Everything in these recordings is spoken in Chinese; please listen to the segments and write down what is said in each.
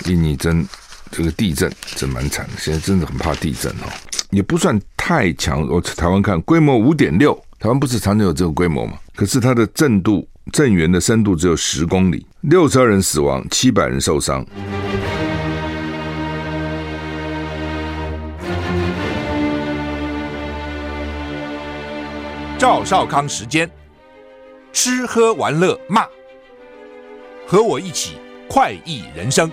印尼这个地震真蛮惨的，现在真的很怕地震哦，也不算太强。我台湾看规模5.6，台湾不是常常有这个规模吗？可是它的震源的深度只有10公里，62人死亡，700人受伤。 赵少康时间，吃喝玩乐骂，和我一起快意人生。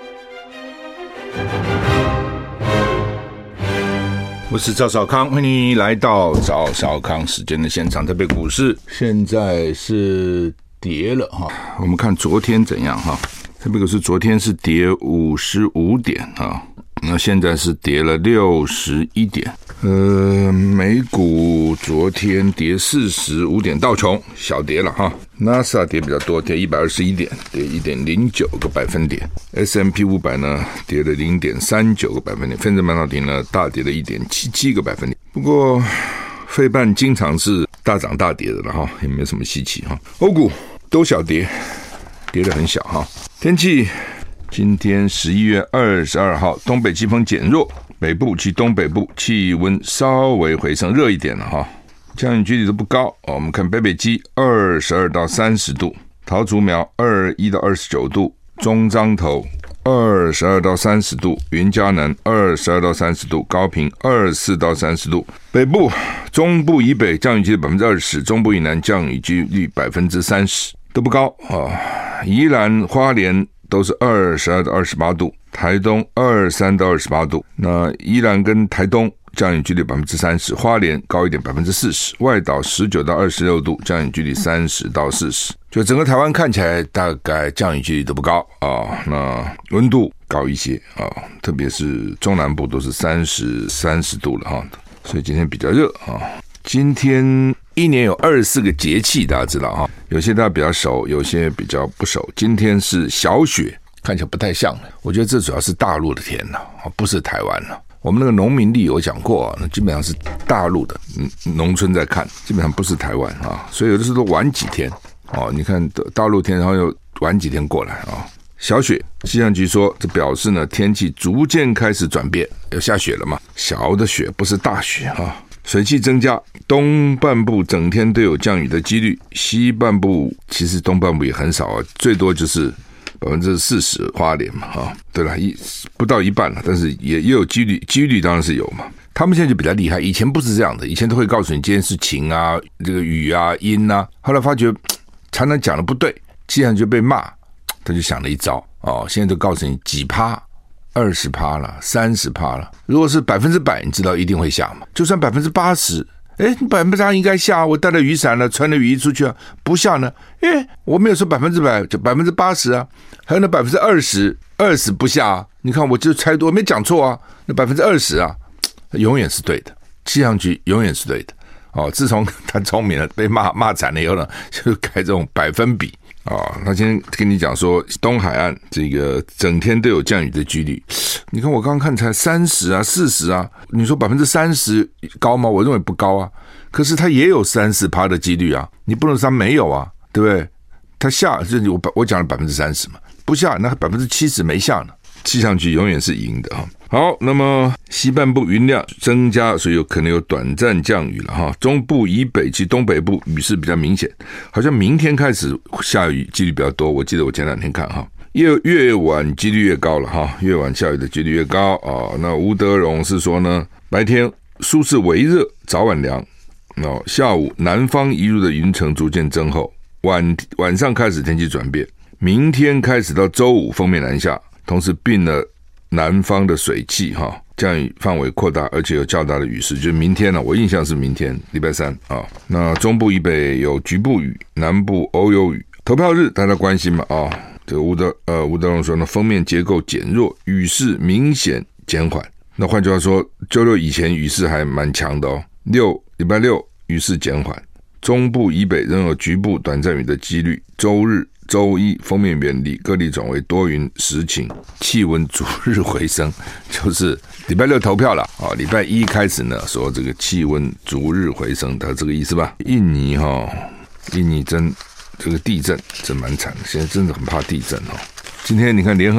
我是赵少康，欢迎你来到赵少康时间的现场。台北股市现在是跌了哈，我们看昨天怎样哈？台北股市昨天是跌55点啊，那现在是跌了61点。美股昨天跌45点，道琼小跌了哈 ，NASA 跌比较多，跌121点，跌1.09个百分点 ，S&P 500呢跌了0.39个百分点，费城半导体呢大跌了1.77个百分点。不过费半经常是大涨大跌的了哈，也没有什么稀奇哈。欧股都小跌，跌得很小哈。天气，今天11月22号，东北季风减弱。北部及东北部气温稍微回升，热一点了哈，降雨几率都不高。我们看北北基22到30度，桃竹苗21到29度，中彰投22到30度，云嘉南22到30度，高屏24到30度。北部、中部以北降雨几率 20%， 中部以南降雨几率 30%， 都不高啊。宜兰、花莲都是22到28度，台东23到28度，那宜兰跟台东降雨几率 30%， 花莲高一点 40%， 外岛19到26度，降雨几率30到40%，就整个台湾看起来大概降雨几率都不高啊，那温度高一些啊，特别是中南部都是30度了哈，所以今天比较热啊。今天一年有24个节气，大家知道哈，有些大家比较熟，有些比较不熟。今天是小雪，看起来不太像，我觉得这主要是大陆的天了，不是台湾了。我们那个农民历有讲过，那基本上是大陆的农村在看，基本上不是台湾啊，所以有的时候晚几天哦。你看大陆天，然后又晚几天过来啊。小雪，气象局说，这表示呢天气逐渐开始转变，有下雪了嘛？小的雪不是大雪啊。水汽增加，东半部整天都有降雨的几率，西半部其实东半部也很少啊，最多就是40%花莲嘛啊，对了，不到一半了，但是也有几率当然是有嘛。他们现在就比较厉害，以前不是这样的，以前都会告诉你今天是晴啊，这个雨啊、阴啊，后来发觉常常讲的不对，气象就被骂，他就想了一招哦，现在都告诉你几趴。20% 了 30% 了，如果是100%，你知道一定会下嘛？就算80%，你100%应该下，我带了雨伞了，穿了雨衣出去啊，不下呢？我没有说100%，就80%啊，还有那20%不下啊，你看我就猜多，我没讲错啊，那20%啊，永远是对的，气象局永远是对的。哦，自从他聪明了，被骂惨了以后呢，就改这种百分比。他今天跟你讲说，东海岸这个整天都有降雨的几率。你看我刚刚看才30%啊、40%啊，你说30%高吗？我认为不高啊。可是它也有30%的几率啊，你不能说它没有啊，对不对？它下就是我讲了30%嘛，不下那70%没下呢。气象局永远是赢的哈。好，那么西半部云量增加，所以可能有短暂降雨了哈。中部以北及东北部雨势比较明显，好像明天开始下雨几率比较多。我记得我前两天看哈，越晚几率越高了哈，越晚下雨的几率越高啊。那吴德荣是说呢，白天舒适微热，早晚凉。下午南方移入的云层逐渐增厚，晚上开始天气转变，明天开始到周五锋面南下。同时并了南方的水汽哈，降雨范围扩大，而且有较大的雨势，就是明天我印象是明天礼拜3啊。那中部以北有局部雨，南部偶有雨。投票日大家关心嘛啊？这个吴德荣说呢，锋面结构减弱，雨势明显减缓。那换句话说，周六以前雨势还蛮强的哦，礼拜六雨势减缓，中部以北仍有局部短暂雨的几率。周日、周一锋面远离，各地转为多云时晴，气温逐日回升，就是礼拜六投票了啊，礼拜一开始呢说这个气温逐日回升，它这个意思吧？印尼这个地震真蛮惨的，现在真的很怕地震哦。今天你看联合报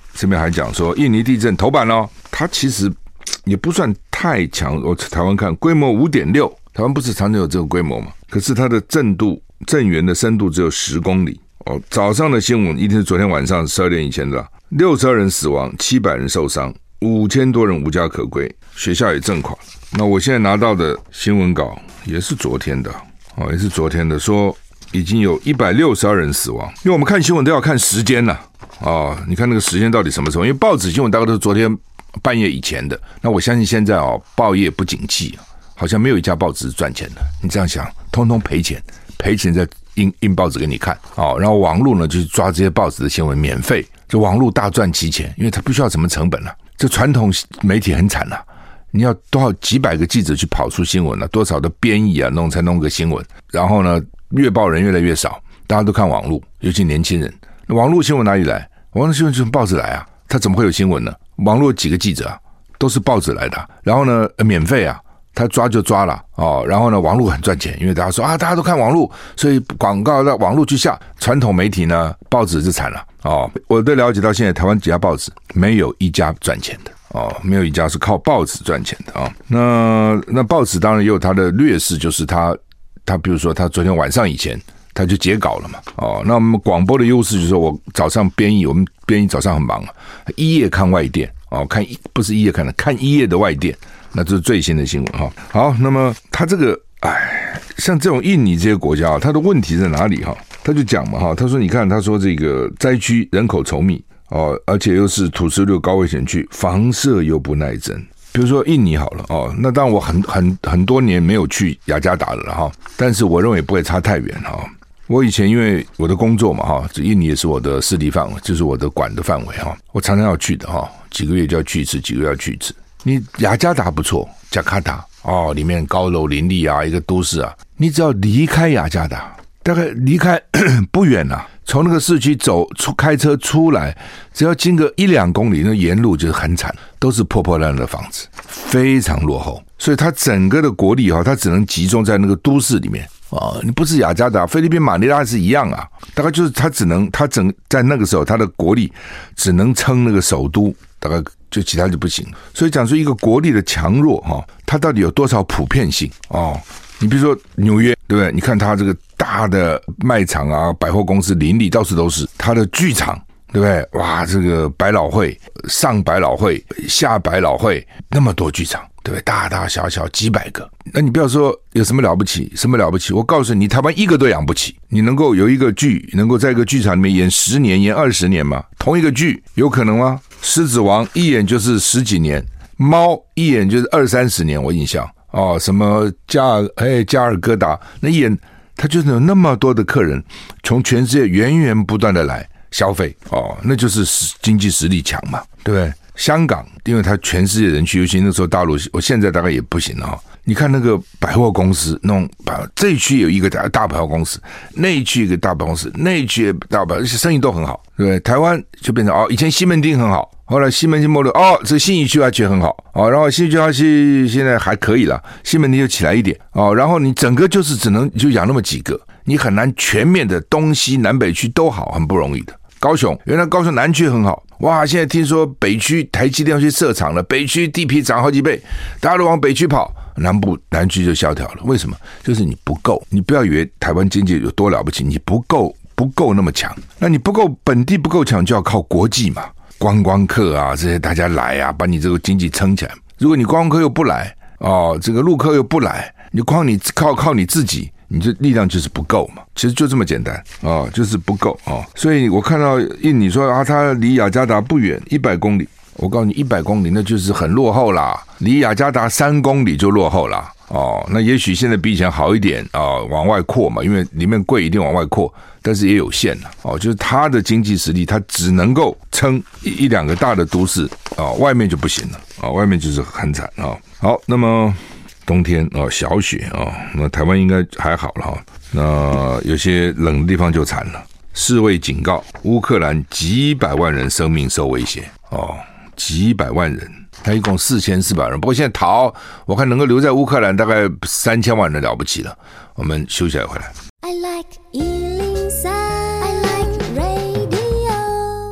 这边还讲说印尼地震头版哦，它其实也不算太强。我台湾看规模 5.6， 台湾不是常常有这个规模吗？可是它的震源的深度只有10公里哦。早上的新闻一定是昨天晚上12点以前的，62人死亡，700人受伤，5000多人无家可归，学校也震垮。那我现在拿到的新闻稿也是昨天的哦，也是昨天的，说已经有162人死亡。因为我们看新闻都要看时间了哦，你看那个时间到底什么时候？因为报纸新闻大概都是昨天半夜以前的。那我相信现在报业不景气，好像没有一家报纸是赚钱的。你这样想，通通赔钱，赔钱再印报纸给你看哦。然后网络呢就抓这些报纸的新闻免费，就网络大赚其钱，因为它不需要什么成本了。这传统媒体很惨了。你要多少几百个记者去跑出新闻了，多少的编译啊才弄个新闻。然后呢，阅报人越来越少，大家都看网络，尤其年轻人。网络新闻哪里来？网络新闻就从报纸来啊，他怎么会有新闻呢？网络几个记者啊，都是报纸来的。然后呢，免费啊，他抓就抓了哦。然后呢，网络很赚钱，因为大家说啊，大家都看网络，所以广告到网络去下。传统媒体呢，报纸就惨了哦。我都了解到现在台湾几家报纸没有一家赚钱的。哦，没有一家是靠报纸赚钱的啊。那报纸当然也有它的劣势，就是它比如说它昨天晚上以前它就截稿了嘛。哦，那我们广播的优势就是说我早上编译，我们编译早上很忙一夜看外电哦，不是一夜看一夜的外电，那这是最新的新闻哈。好，那么它这个像这种印尼这些国家它的问题在哪里哈？他就讲嘛哈，他说你看，他说这个灾区人口稠密。哦，而且又是土石流高危险区，房舍又不耐震。比如说印尼好了哦，那当然我很多年没有去雅加达了哈，但是我认为不会差太远哈。我以前因为我的工作嘛哈，这印尼也是我的势力范围，就是我的管的范围哈，我常常要去的哈，几个月就要去一次，几个月要去一次。你雅加达不错，加卡达哦，里面高楼林立啊，一个都市啊，你只要离开雅加达，大概离开不远啊。从那个市区开车出来，只要经个1-2公里，那沿路就是很惨，都是破破烂烂的房子，非常落后。所以它整个的国力它只能集中在那个都市里面你不是雅加达，菲律宾马尼拉是一样啊，大概就是它在那个时候，它的国力只能撑那个首都，大概就其他就不行。所以讲说一个国力的强弱它到底有多少普遍性你比如说纽约，对不对？你看它这个大的卖场啊，百货公司林立，到处都是。它的剧场，对不对？哇，这个百老汇、上百老汇、下百老汇，那么多剧场，对不对？大大小小几百个。那你不要说有什么了不起，什么了不起？我告诉你，台湾一个都养不起。你能够有一个剧，能够在一个剧场里面演10年、演20年吗？同一个剧有可能吗？狮子王一演就是10几年，猫一演就是20-30年，我印象。什么加尔各答那一演，他就是有那么多的客人从全世界源源不断的来消费那就是经济实力强嘛，对不对？香港因为他全世界人去，尤其那时候大陆，我现在大概也不行了你看那个百货公司，那种这一区有一个大百货公司，那一区有一个大百货公司，那一区有大百货，生意都很好，对不对？台湾就变成以前西门町很好，后来西门町没落这个信义区还觉得很好然后信义区现在还可以了，西门町就起来一点然后你整个就是只能就养那么几个，你很难全面的东西南北区都好，很不容易的。高雄原来高雄南区很好，哇！现在听说北区台积电要去设厂了，北区地皮涨好几倍，大家都往北区跑，南区就萧条了。为什么？就是你不够，你不要以为台湾经济有多了不起，你不够那么强。那你不够本地不够强，就要靠国际嘛，观光客啊这些大家来把你这个经济撑起来。如果你观光客又不来这个陆客又不来，你靠你自己。你这力量就是不够嘛，其实就这么简单就是不够所以我看到印尼说它离雅加达不远100公里，我告诉你100公里那就是很落后啦，离雅加达3公里就落后啦那也许现在比以前好一点往外扩嘛，因为里面贵一定往外扩，但是也有限了就是它的经济实力它只能够撑1-2个大的都市外面就不行了外面就是很惨好，那么冬天小雪那台湾应该还好了那有些冷的地方就惨了。世卫警告，乌克兰几百万人生命受威胁几百万人，他一共4400人，不过现在逃，我看能够留在乌克兰大概3000万人了不起了。我们休息来回来。I like 103, I like radio。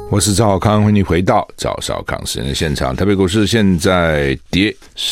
我是赵少康，欢迎回到赵少康时间的现场。台北股市现在跌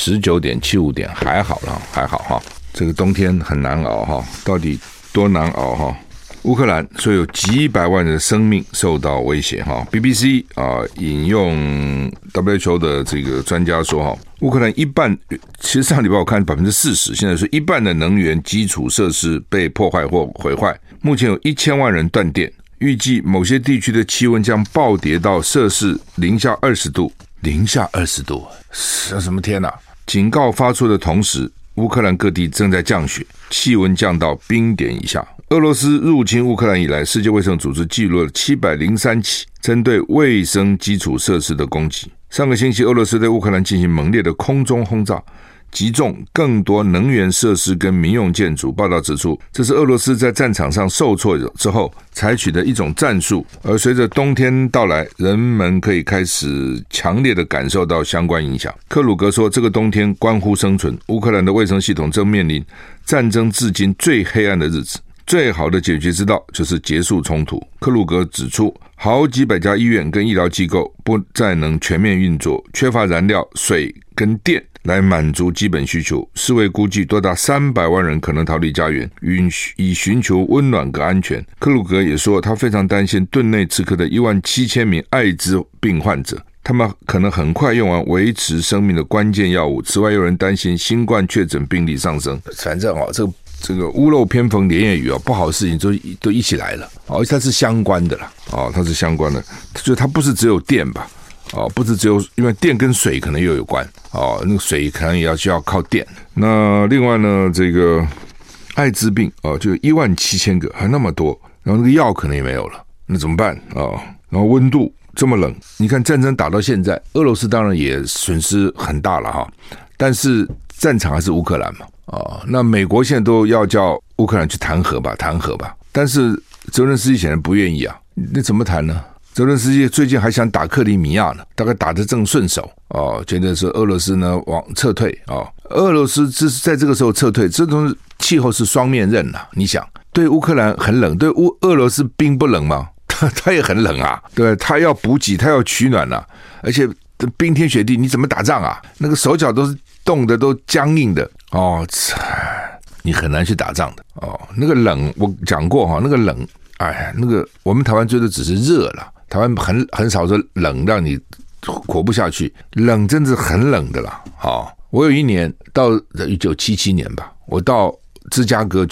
19.75 点，还好啦，还好哈。这个冬天很难熬哈，到底多难熬哈？乌克兰说有几百万人的生命受到威胁哈。BBC 引用 WHO 的这个专家说哈，乌克兰一半，其实上礼拜我看 40%， 现在是一半的能源基础设施被破坏或毁坏，目前有1000万人断电。预计某些地区的气温将暴跌到摄氏-20度，零下20度，是什么天啊！警告发出的同时，乌克兰各地正在降雪，气温降到冰点以下。俄罗斯入侵乌克兰以来，世界卫生组织记录了703起针对卫生基础设施的攻击。上个星期，俄罗斯对乌克兰进行猛烈的空中轰炸，击中更多能源设施跟民用建筑。报道指出，这是俄罗斯在战场上受挫之后采取的一种战术，而随着冬天到来，人们可以开始强烈的感受到相关影响。克鲁格说，这个冬天关乎生存，乌克兰的卫生系统正面临战争至今最黑暗的日子，最好的解决之道就是结束冲突。克鲁格指出，好几百家医院跟医疗机构不再能全面运作，缺乏燃料、水跟电来满足基本需求。世卫估计多达300万人可能逃离家园，以寻求温暖跟安全。克鲁格也说，他非常担心顿内茨克的17000名艾滋病患者，他们可能很快用完维持生命的关键药物。此外，有人担心新冠确诊病例上升。反正这个屋漏偏逢连夜雨不好的事情都一起来了它是相关的啦它是相关的，就它不是只有电吧不是只有，因为电跟水可能又有关那个水可能也需要靠电。那另外呢，这个艾滋病就17000个，还那么多，然后那个药可能也没有了，那怎么办然后温度这么冷，你看战争打到现在，俄罗斯当然也损失很大了但是战场还是乌克兰嘛那美国现在都要叫乌克兰去谈和吧，但是泽伦斯基显然不愿意那怎么谈呢？泽伦斯基最近还想打克里米亚呢，大概打得正顺手觉得是俄罗斯呢往撤退俄罗斯在这个时候撤退，这种气候是双面刃你想，对乌克兰很冷，对俄罗斯冰不冷吗？他也很冷对，他要补给，他要取暖而且冰天雪地，你怎么打仗那个手脚都是冻的，都僵硬的你很难去打仗的那个冷我讲过那个冷那个我们台湾追的只是热了，台湾很少说冷让你活不下去，冷真的很冷的啦我有一年到1977年吧，我到芝加哥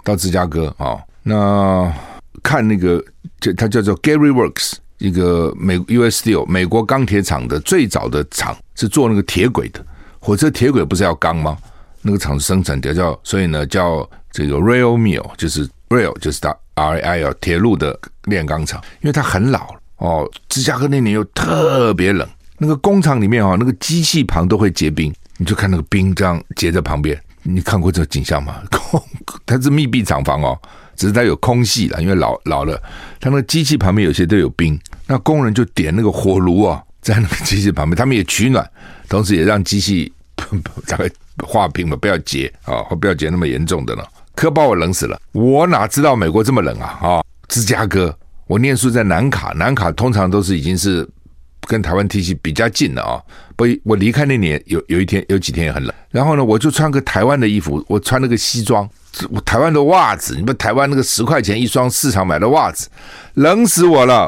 那看那个它叫做 Gary Works， 一个US Steel 美国钢铁厂的最早的厂，是做那个铁轨的，火车铁轨不是要钢吗？那个厂生产的所以呢叫这个 Rail Mill， 就是 Rail 就是它 RAIL 铁路的炼钢厂，因为它很老芝加哥那年又特别冷，那个工厂里面那个机器旁都会结冰，你就看那个冰这样结在旁边，你看过这个景象吗？它是密闭厂房只是它有空隙啦，因为老了，它那个机器旁边有些都有冰，那工人就点那个火炉在那个机器旁边，他们也取暖，同时也让机器大概化冰嘛，不要结或不要结那么严重的了。可把我冷死了，我哪知道美国这么冷芝加哥，我念书在南卡通常都是已经是跟台湾地区比较近了我离开那年有几天也很冷，然后呢我就穿个台湾的衣服，我穿那个西装，台湾的袜子，你们台湾那个10块钱一双市场买的袜子，冷死我了。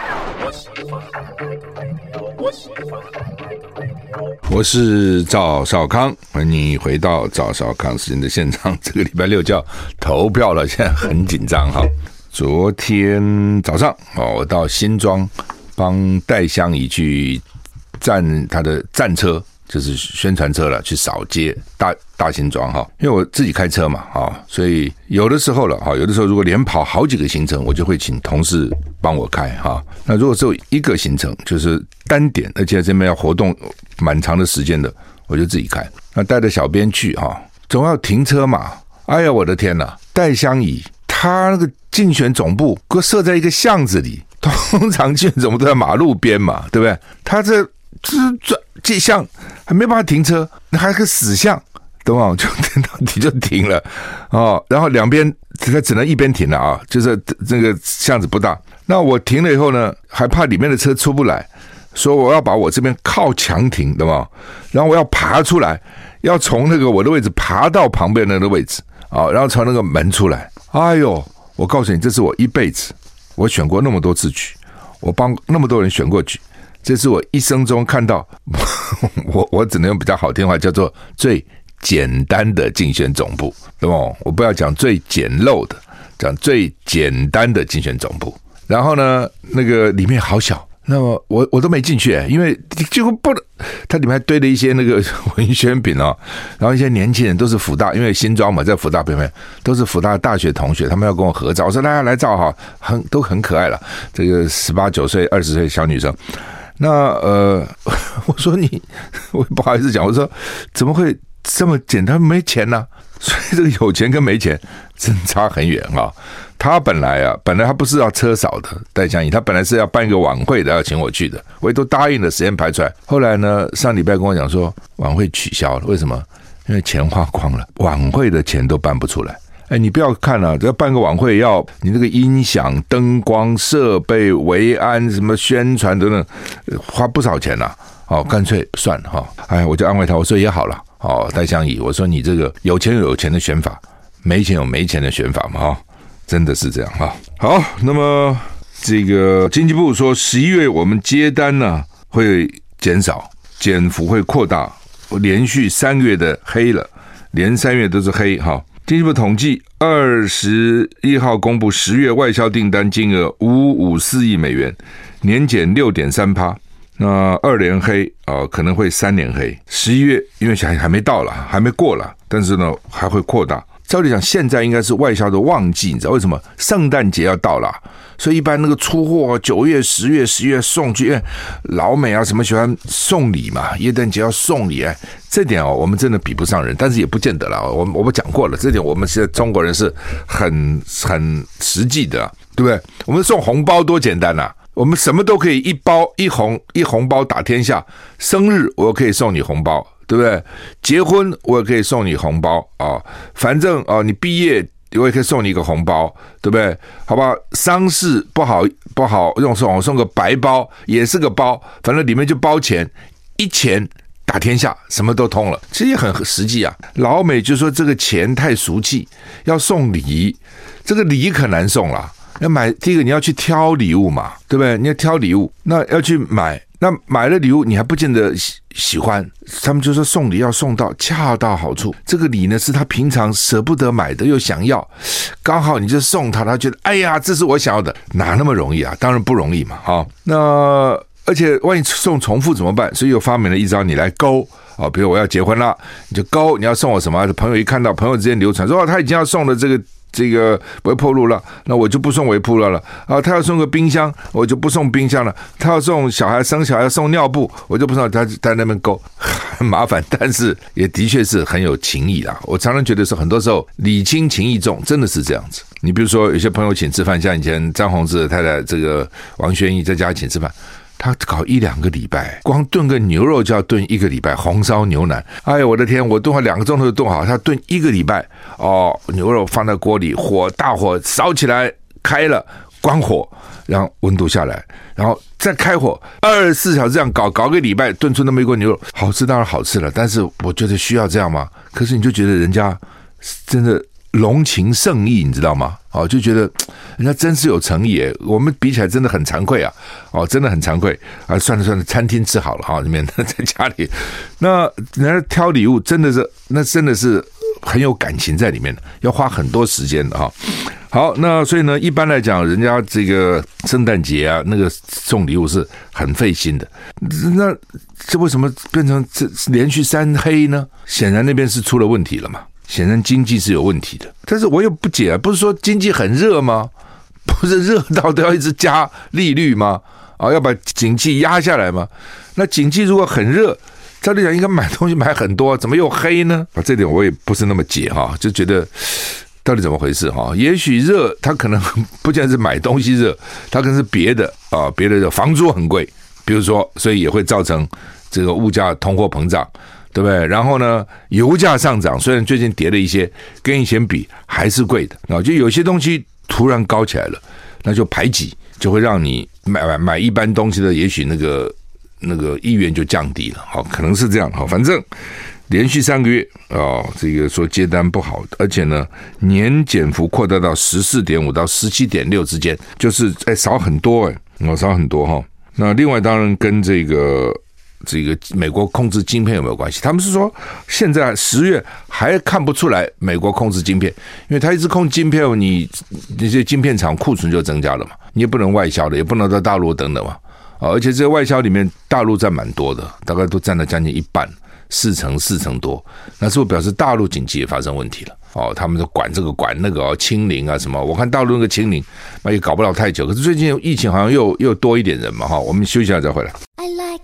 我是赵少康，欢迎你回到赵少康时间的现场。这个礼拜6就要投票了，现在很紧张昨天早上我到新庄帮戴相仪去站他的战车，就是宣传车了，去扫街大新庄因为我自己开车嘛所以有的时候如果连跑好几个行程，我就会请同事帮我开那如果只有一个行程，就是单点，而且这边要活动蛮长的时间的，我就自己开。那带着小编去总要停车嘛，哎呀我的天哪，戴相仪他那个竞选总部给我设在一个巷子里，通常竞选总部都在马路边嘛，对不对？他这巷还没办法停车，那还是个死巷，懂吗？就停了然后两边他只能一边停了就是这个巷子不大， 那我停了以后呢，还怕里面的车出不来，说我要把我这边靠墙停，对吗？然后我要爬出来，要从那个我的位置爬到旁边那个位置啊，然后从那个门出来。哎呦，我告诉你，这是我一辈子，我选过那么多次举，我帮那么多人选过举，这是我一生中看到我只能用比较好听的话叫做最简单的竞选总部，对吗？我不要讲最简陋的，讲最简单的竞选总部。然后呢，那个里面好小，那么我都没进去，因为几乎不能，它里面还堆了一些那个文宣品哦，然后一些年轻人都是辅大，因为新庄嘛，在辅大旁边都是辅大的大学同学，他们要跟我合照，我说大家来照哈，都很可爱了，这个18、9岁、20岁小女生。那我说我不好意思讲，我说怎么会这么简单？没钱呢、所以这个有钱跟没钱真差很远啊。他本来他不是要车少的戴相仪，他本来是要办一个晚会的，要请我去的，我也都答应了，时间排出来。后来呢，上礼拜跟我讲说晚会取消了，为什么？因为钱花光了，晚会的钱都办不出来。你不要看了，要办个晚会，要你那个音响、灯光、设备、维安、什么宣传等等，花不少钱呐。干脆算了哈。我就安慰他，我说也好了。戴相仪，我说你这个有钱有有钱的选法，没钱有没钱的选法嘛真的是这样哈。好，那么这个经济部说11月我们接单呢会减少，减幅会扩大，连续3月的黑了，连3月都是黑哈。经济部统计21号公布10月外销订单金额554亿美元，年减 6.3%。那2连黑可能会3连黑。11月因为还没到了，还没过了，但是呢还会扩大。照理讲现在应该是外销的旺季，你知道为什么？圣诞节要到了，所以一般那个出货9月、10月、11月送去，因为老美什么喜欢送礼嘛，耶诞节要送礼，这点我们真的比不上人，但是也不见得啦。我们讲过了，这点我们现在中国人是很实际的，对不对？我们送红包多简单啊，我们什么都可以一红包打天下，生日我可以送你红包，对不对？结婚我也可以送你红包反正你毕业我也可以送你一个红包，对不对？好吧，丧事不好用我送个白包也是个包，反正里面就包钱，一钱打天下，什么都通了，其实也很实际啊。老美就说这个钱太俗气，要送礼，这个礼可难送了。要买，第一个你要去挑礼物嘛，对不对？你要挑礼物，那要去买，那买了礼物你还不见得喜欢，他们就说送礼要送到恰到好处。这个礼呢是他平常舍不得买的，又想要，刚好你就送他，他觉得哎呀，这是我想要的，哪那么容易啊？当然不容易嘛，那而且万一送重复怎么办？所以又发明了一招，你来勾比如我要结婚了，你就勾，你要送我什么？朋友一看到，朋友之间流传说他已经要送了这个微波炉了，那我就不送微波炉了他要送个冰箱，我就不送冰箱了。他要送小孩生小孩送尿布，我就不送。他在那边勾，很麻烦，但是也的确是很有情义啦。我常常觉得是很多时候礼轻情义重，真的是这样子。你比如说有些朋友请吃饭，像以前张宏志的太太这个王宣义在家请吃饭，他搞1-2个礼拜，光炖个牛肉就要炖1个礼拜，红烧牛腩，哎呦我的天，我炖好2个钟头就炖好，他炖1个礼拜牛肉放在锅里，大火烧起来，开了关火，然后温度下来，然后再开火，24小时这样搞个礼拜，炖出那么一锅牛肉，好吃当然好吃了，但是我觉得需要这样吗？可是你就觉得人家真的浓情盛意，你知道吗？就觉得人家真是有诚意耶，我们比起来真的很惭愧啊！真的很惭愧啊！算了，餐厅吃好了里面在家里，那人家挑礼物真的是很有感情在里面的，要花很多时间的好，那所以呢，一般来讲，人家这个圣诞节那个送礼物是很费心的。那这为什么变成连续3黑呢？显然那边是出了问题了嘛。显然经济是有问题的，但是我又不解不是说经济很热吗？不是热到都要一直加利率吗？要把景气压下来吗？那景气如果很热，照理讲应该买东西买很多，怎么又黑呢？这点我也不是那么解就觉得到底怎么回事也许热，他可能不见得是买东西热，他可能是别的房租很贵，比如说，所以也会造成这个物价通货膨胀。对不对？然后呢，油价上涨，虽然最近跌了一些，跟以前比还是贵的就有些东西突然高起来了，那就排挤就会让你买一般东西的，也许那个意愿就降低了，好，可能是这样，好，反正连续3个月这个说接单不好，而且呢年减幅扩大到 14.5 到 17.6 之间，就是少很多少很多哈。那另外当然跟这个美国控制晶片有没有关系？他们是说现在10月还看不出来美国控制晶片，因为他一直控制晶片，你那些晶片厂库存就增加了嘛，你也不能外销的，也不能到大陆等等嘛。而且这个外销里面大陆占蛮多的，大概都占了将近一半，4成多，那是不是表示大陆经济也发生问题了？他们就管这个管那个清零啊什么，我看大陆那个清零那也搞不了太久，可是最近疫情好像又多一点人嘛哈，我们休息一下再回来。I like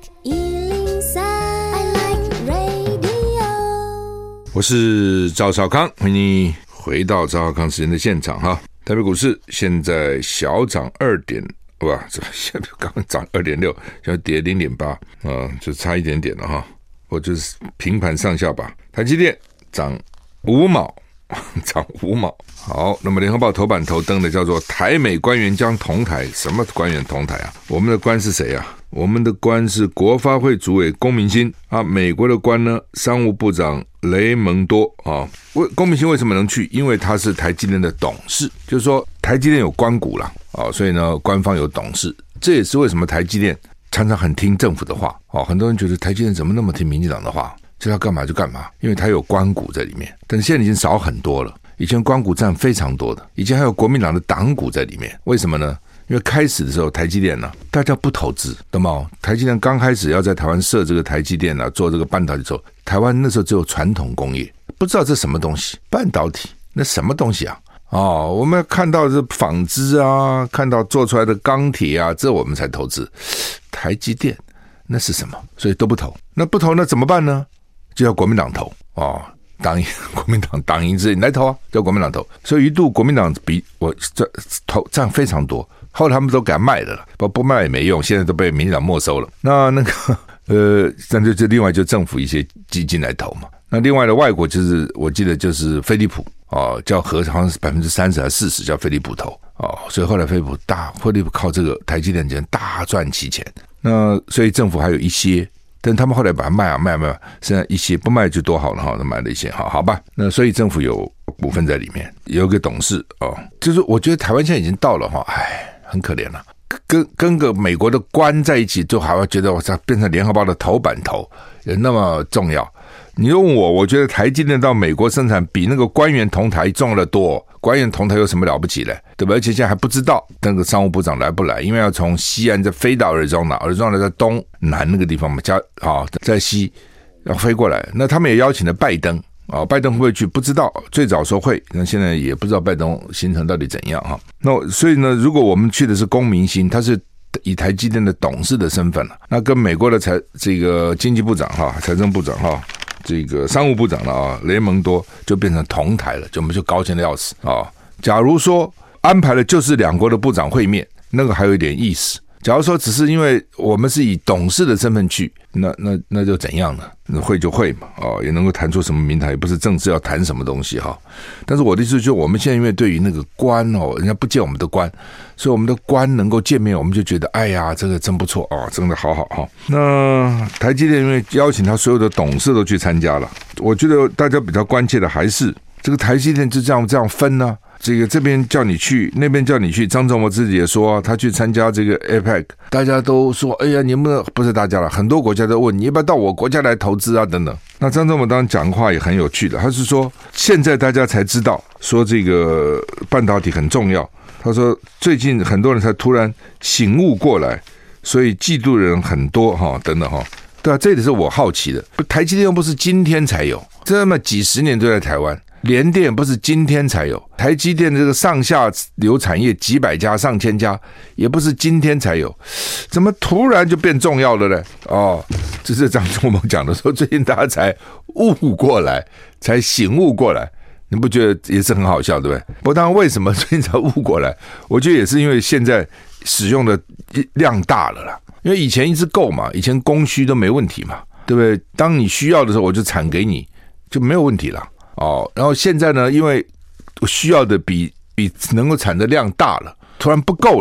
103, I like radio。 我是赵少康，欢迎你回到赵少康时间的现场哈。台北股市现在小涨现在刚刚涨 2.6， 现在跌 0.8 就差一点点了哈，或就是平盘上下吧。台积电涨5毛，涨5毛。好，那么联合报头版头登的叫做台美官员将同台，什么官员同台啊？我们的官是谁啊？我们的官是国发会主委龚明鑫啊，美国的官呢，商务部长雷蒙多啊。龚明鑫为什么能去？因为他是台积电的董事，就是说台积电有官股啦所以呢，官方有董事，这也是为什么台积电常常很听政府的话很多人觉得台积电怎么那么听民进党的话，就要干嘛就干嘛，因为它有官股在里面，但是现在已经少很多了。以前官股占非常多的，以前还有国民党的党股在里面，为什么呢？因为开始的时候台积电大家不投资，懂吗？台积电刚开始要在台湾设这个台积电做这个半导体的时候，台湾那时候只有传统工业，不知道这什么东西，半导体那什么东西啊？我们看到这纺织啊，看到做出来的钢铁啊，这我们才投资。台积电那是什么？所以都不投。那不投那怎么办呢？就要国民党投国民党党赢之，你来投啊，叫国民党投。所以一度国民党比我投占非常多，后来他们都给他卖了，不卖也没用，现在都被民进党没收了。那个就另外就政府一些基金来投嘛。那另外的外国就是我记得就是飞利浦叫好像是30%还是40%叫飞利浦投所以后来飞利浦靠这个台积电大赚其钱。那所以政府还有一些，但他们后来把它卖，现在一些不卖就多好了那买了一些好吧。那所以政府有股份在里面，有个董事就是我觉得台湾现在已经到了很可怜了，跟个美国的官在一起，就还要觉得变成联合报的头版头有那么重要。你问我觉得台积电到美国生产比那个官员同台重要的多。官员同台有什么了不起嘞？对吧？而且现在还不知道那个商务部长来不来，因为要从西岸再飞到Arizona在东南那个地方嘛，在西要飞过来。那他们也邀请了拜登拜登会不会去不知道，最早说会，那现在也不知道拜登行程到底怎样那所以呢，如果我们去的是龚明鑫，他是以台积电的董事的身份那跟美国的这个经济部长财政部长这个商务部长雷蒙多就变成同台了，我们就高兴的要死假如说安排的就是两国的部长会面，那个还有一点意思。假如说只是因为我们是以董事的身份去，那就怎样呢？那会就会嘛也能够谈出什么名堂，也不是正式要谈什么东西但是我的意思就是我们现在因为对于那个官人家不见我们的官，所以我们的官能够见面，我们就觉得哎呀这个真不错真的好那台积电因为邀请他所有的董事都去参加了，我觉得大家比较关切的还是这个台积电就这样分呢这边叫你去，那边叫你去。张忠谋自己也说他去参加这个 APEC， 大家都说哎呀你们不是大家了，很多国家都问你要不要到我国家来投资等等。那张忠谋当然讲话也很有趣的，他是说现在大家才知道说这个半导体很重要，他说最近很多人才突然醒悟过来，所以嫉妒的人很多等等对啊，这也是我好奇的，台积电又不是今天才有，这么几十年都在台湾，联电不是今天才有，台积电这个上下游产业几百家上千家也不是今天才有，怎么突然就变重要了呢？这是张忠谋讲的说最近大家才悟过来，才醒悟过来，你不觉得也是很好笑对不对？不过当然为什么最近才悟过来，我觉得也是因为现在使用的量大了啦，因为以前一直够嘛，以前供需都没问题嘛，对不对？当你需要的时候我就产给你就没有问题了然后现在呢，因为需要的比能够产的量大了，突然不够了，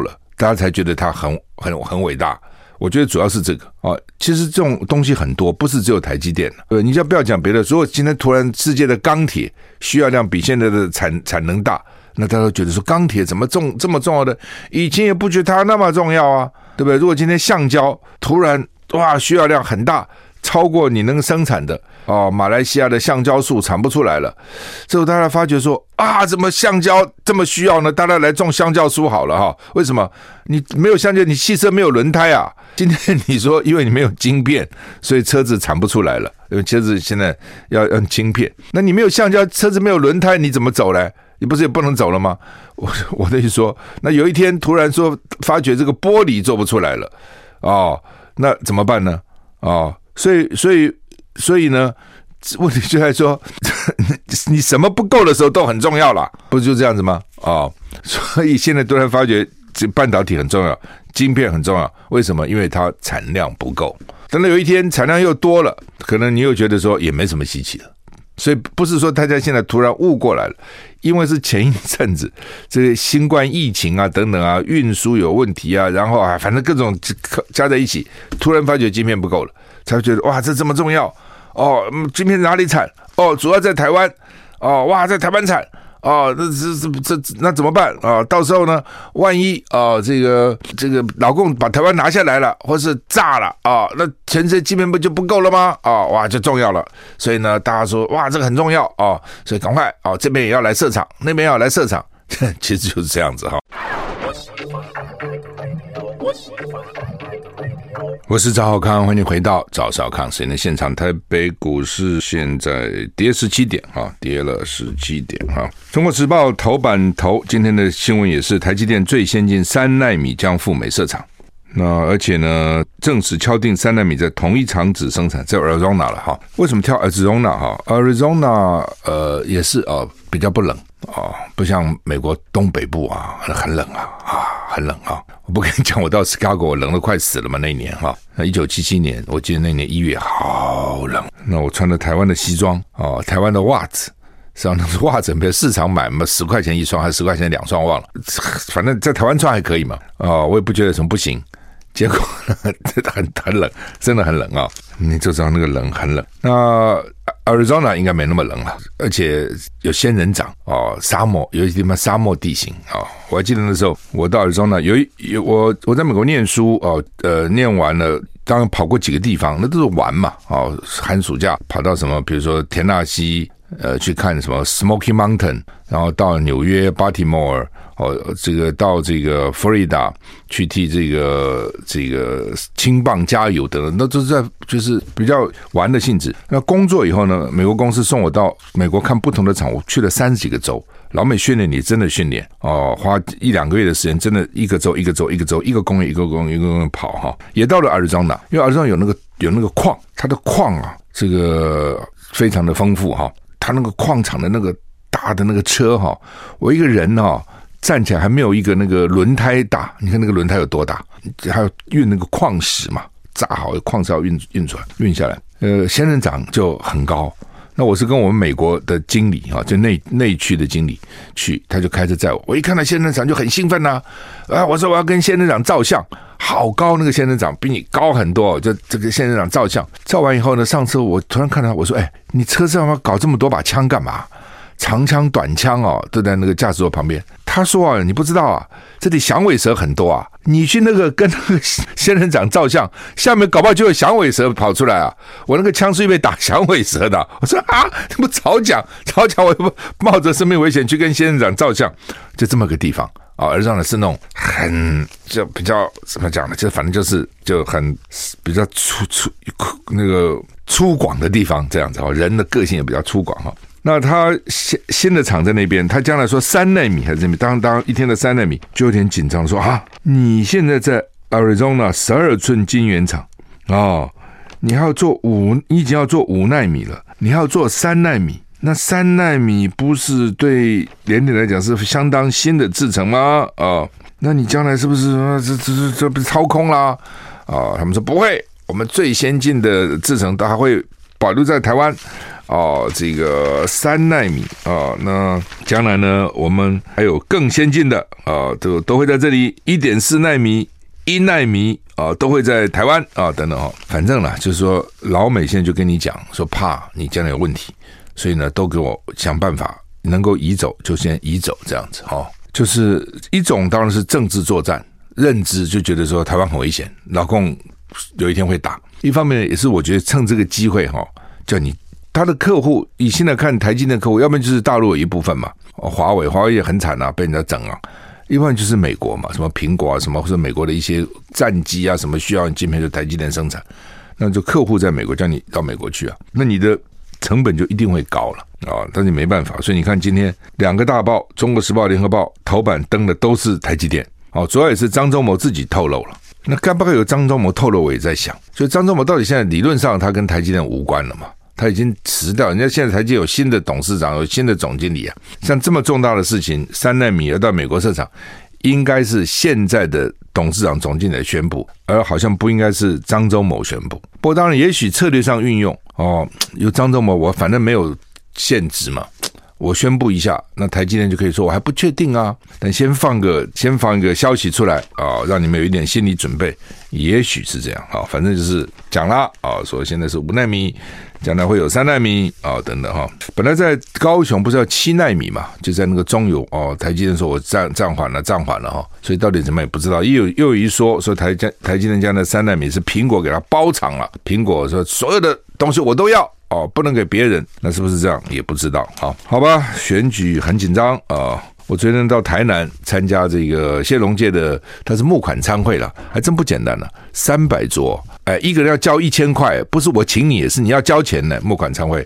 大家才觉得它很伟大。我觉得主要是这个啊，其实这种东西很多，不是只有台积电。你就不要讲别的，如果今天突然世界的钢铁需要量比现在的产能大，那大家都觉得说钢铁怎么这么重要的，以前也不觉得它那么重要啊，对不对？如果今天橡胶突然哇需要量很大，超过你能生产的马来西亚的橡胶树产不出来了，之后大家发觉说怎么橡胶这么需要呢？大家来种香蕉树好了哈。为什么？你没有橡胶，你汽车没有轮胎啊。今天你说因为你没有晶片，所以车子产不出来了，因为车子现在要用晶片，那你没有橡胶，车子没有轮胎，你怎么走呢？你不是也不能走了吗？我的意思说，那有一天突然说发觉这个玻璃做不出来了那怎么办呢？所以呢，问题就在说，你什么不够的时候都很重要啦，不是就这样子吗？所以现在突然发觉，这半导体很重要，晶片很重要。为什么？因为它产量不够。等到有一天产量又多了，可能你又觉得说也没什么稀奇的。所以不是说大家现在突然悟过来了，因为是前一阵子这个新冠疫情啊等等啊，运输有问题啊，然后反正各种加在一起，突然发觉晶片不够了，才会觉得哇这么重要晶片哪里产主要在台湾哇在台湾产那怎么办到时候呢，万一这个老共把台湾拿下来了，或是炸了那全世界晶片不就不够了吗？哇就重要了。所以呢，大家说哇这个很重要所以赶快这边也要来设厂，那边也要来设厂，其实就是这样子我是赵浩康，欢迎回到赵少康时间的现场。台北股市现在跌17点跌了17点中国时报头版头今天的新闻也是台积电最先进3奈米将赴美设厂，那而且呢正式敲定3奈米在同一厂址生产，在 Arizona 了为什么挑 Arizona？Arizona 也是比较不冷不像美国东北部很冷很冷我不跟你讲，我到 Chicago 我冷得快死了嘛，那一年1977年，我记得那年1月好冷。那我穿了台湾的西装台湾的袜子，实际上那是袜子，比如市场买嘛10块钱1双还是10块钱2双忘了，反正在台湾穿还可以嘛我也不觉得有什么不行。结果很冷，真的很冷你就知道那个冷很冷。那 Arizona 应该没那么冷了，而且有仙人掌沙漠，有一些地方沙漠地形我还记得那时候我到 Arizona 我在美国念书念完了，当然跑过几个地方，那都是玩嘛寒暑假跑到什么，比如说田纳西去看什么 Smoky Mountain， 然后到纽约 Baltimore这个到这个 Florida 去替这个青棒加油等等，那都是在就是比较玩的性质。那工作以后呢，美国公司送我到美国看不同的厂，我去了30几个州。老美训练你真的训练花1-2个月的时间，真的一个州一个公园跑也到了 Arizona， 因为 Arizona 有那个矿，它的矿这个非常的丰富它那个矿场的那个大的那个车我一个人站起来还没有一个那个轮胎大，你看那个轮胎有多大，还要运那个矿石嘛，炸好矿石要运出来运下来，仙人掌就很高。那我是跟我们美国的经理就内区的经理去，他就开车载我一看到仙人掌就很兴奋我说我要跟仙人掌照相，好高，那个仙人掌比你高很多，就这个仙人掌照相，照完以后呢，上车我突然看到我说你车上要搞这么多把枪干嘛？长枪短枪都在那个驾驶座旁边。他说你不知道这里响尾蛇很多你去那个跟那个仙人掌照相，下面搞不好就有响尾蛇跑出来我那个枪是被打响尾蛇的。我说这不早讲我不冒着生命危险去跟仙人掌照相，就这么个地方而让的是那种很就比较怎么讲呢，就反正就很比较那个粗犷的地方，这样子人的个性也比较粗犷那他新的厂在那边，他将来说3奈米还是那边，当一天的3奈米就有点紧张，说你现在在 Arizona 12寸晶圆厂你还要做你已经要做5奈米了，你还要做3奈米，那3奈米不是对联电来讲是相当新的制程吗？那你将来是不是这不是操空啦？他们说不会，我们最先进的制程它会保留在台湾。这个3奈米那将来呢，我们还有更先进的都会在这里1.4奈米、1奈米都会在台湾等等反正啦，就是说老美现在就跟你讲说，怕你将来有问题，所以呢，都给我想办法能够移走就先移走，这样子就是一种当然是政治作战，认知就觉得说台湾很危险，老共有一天会打。一方面也是我觉得趁这个机会叫你。他的客户，以现在看台积电的客户，要不然就是大陆有一部分嘛，华为也很惨啊，被人家整啊；一部分就是美国嘛，什么苹果啊，什么或者美国的一些战机啊，什么需要晶片就台积电生产，那就客户在美国，叫你到美国去啊，那你的成本就一定会高了但是没办法，所以你看今天2个大报，《中国时报》、《联合报》头版登的都是台积电主要也是张忠谋自己透露了。那该不该有张忠谋透露，我也在想，所以张忠谋到底现在理论上他跟台积电无关了嘛？他已经辞掉，人家现在台积有新的董事长，有新的总经理啊。像这么重大的事情，3奈米要到美国设厂，应该是现在的董事长、总经理宣布，而好像不应该是张忠谋宣布。不过当然，也许策略上运用有张忠谋，我反正没有限制嘛，我宣布一下，那台积电就可以说我还不确定啊，但先放一个消息出来让你们有一点心理准备，也许是这样反正就是讲啦说现在是5奈米。将来会有3奈米等等本来在高雄不是要7奈米嘛，就在那个中油台积电说我暂缓了所以到底怎么也不知道。又有一说台积电将来3奈米是苹果给他包厂了，苹果说所有的东西我都要不能给别人，那是不是这样也不知道。好吧，选举很紧张我昨天到台南参加这个谢龙介的，他是募款餐会了，还真不简单了，300桌，一个人要交1000块，不是我请你，也是你要交钱的募款餐会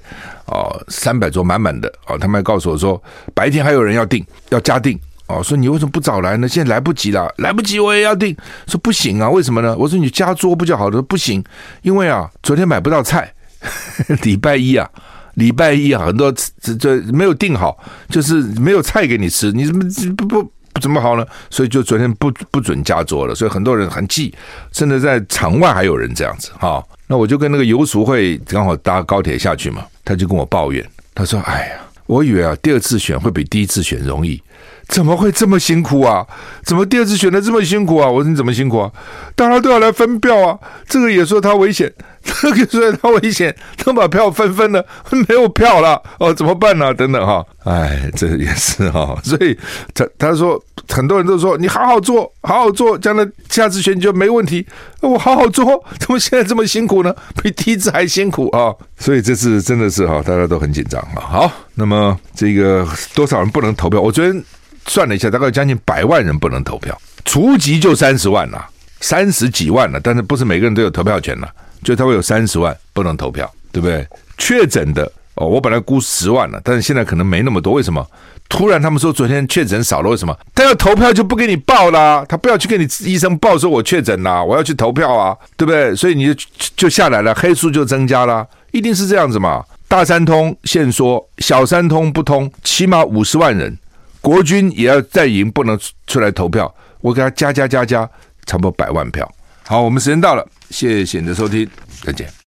300桌满满的他们还告诉我说，白天还有人要加订说你为什么不早来呢？现在来不及了，来不及我也要订。说不行啊，为什么呢？我说你加桌不就好了？不行，因为昨天买不到菜，礼拜一很多这没有订好，就是没有菜给你吃，你怎么好呢？所以就昨天不准加桌了，所以很多人很气，甚至在场外还有人这样子那我就跟那个游淑慧刚好搭高铁下去嘛，他就跟我抱怨，他说：“哎呀，我以为第2次选会比第1次选容易。”怎么会这么辛苦啊？怎么第2次选的这么辛苦啊？我说你怎么辛苦啊？大家都要来分票啊，这个也说他危险，那个说他危险，都把票分了，没有票了怎么办呢？等等这也是所以他说很多人都说你好好做，将来下次选举就没问题。我好好做，怎么现在这么辛苦呢？比第1次还辛苦所以这次真的是大家都很紧张好，那么这个多少人不能投票？我昨天算了一下，大概将近100万人不能投票，除籍就30万了，30几万了，但是不是每个人都有投票权了，就他会有30万不能投票，对不对？确诊的我本来估10万了，但是现在可能没那么多，为什么？突然他们说昨天确诊少了，为什么？他要投票就不给你报啦，他不要去跟你医生报说我确诊啦，我要去投票啊，对不对？所以你就下来了，黑数就增加啦，一定是这样子嘛。大三通限缩，小三通不通，起码50万人。国军也要再赢，不能出来投票，我给他加，差不多100万票。好，我们时间到了，谢谢你的收听，再见。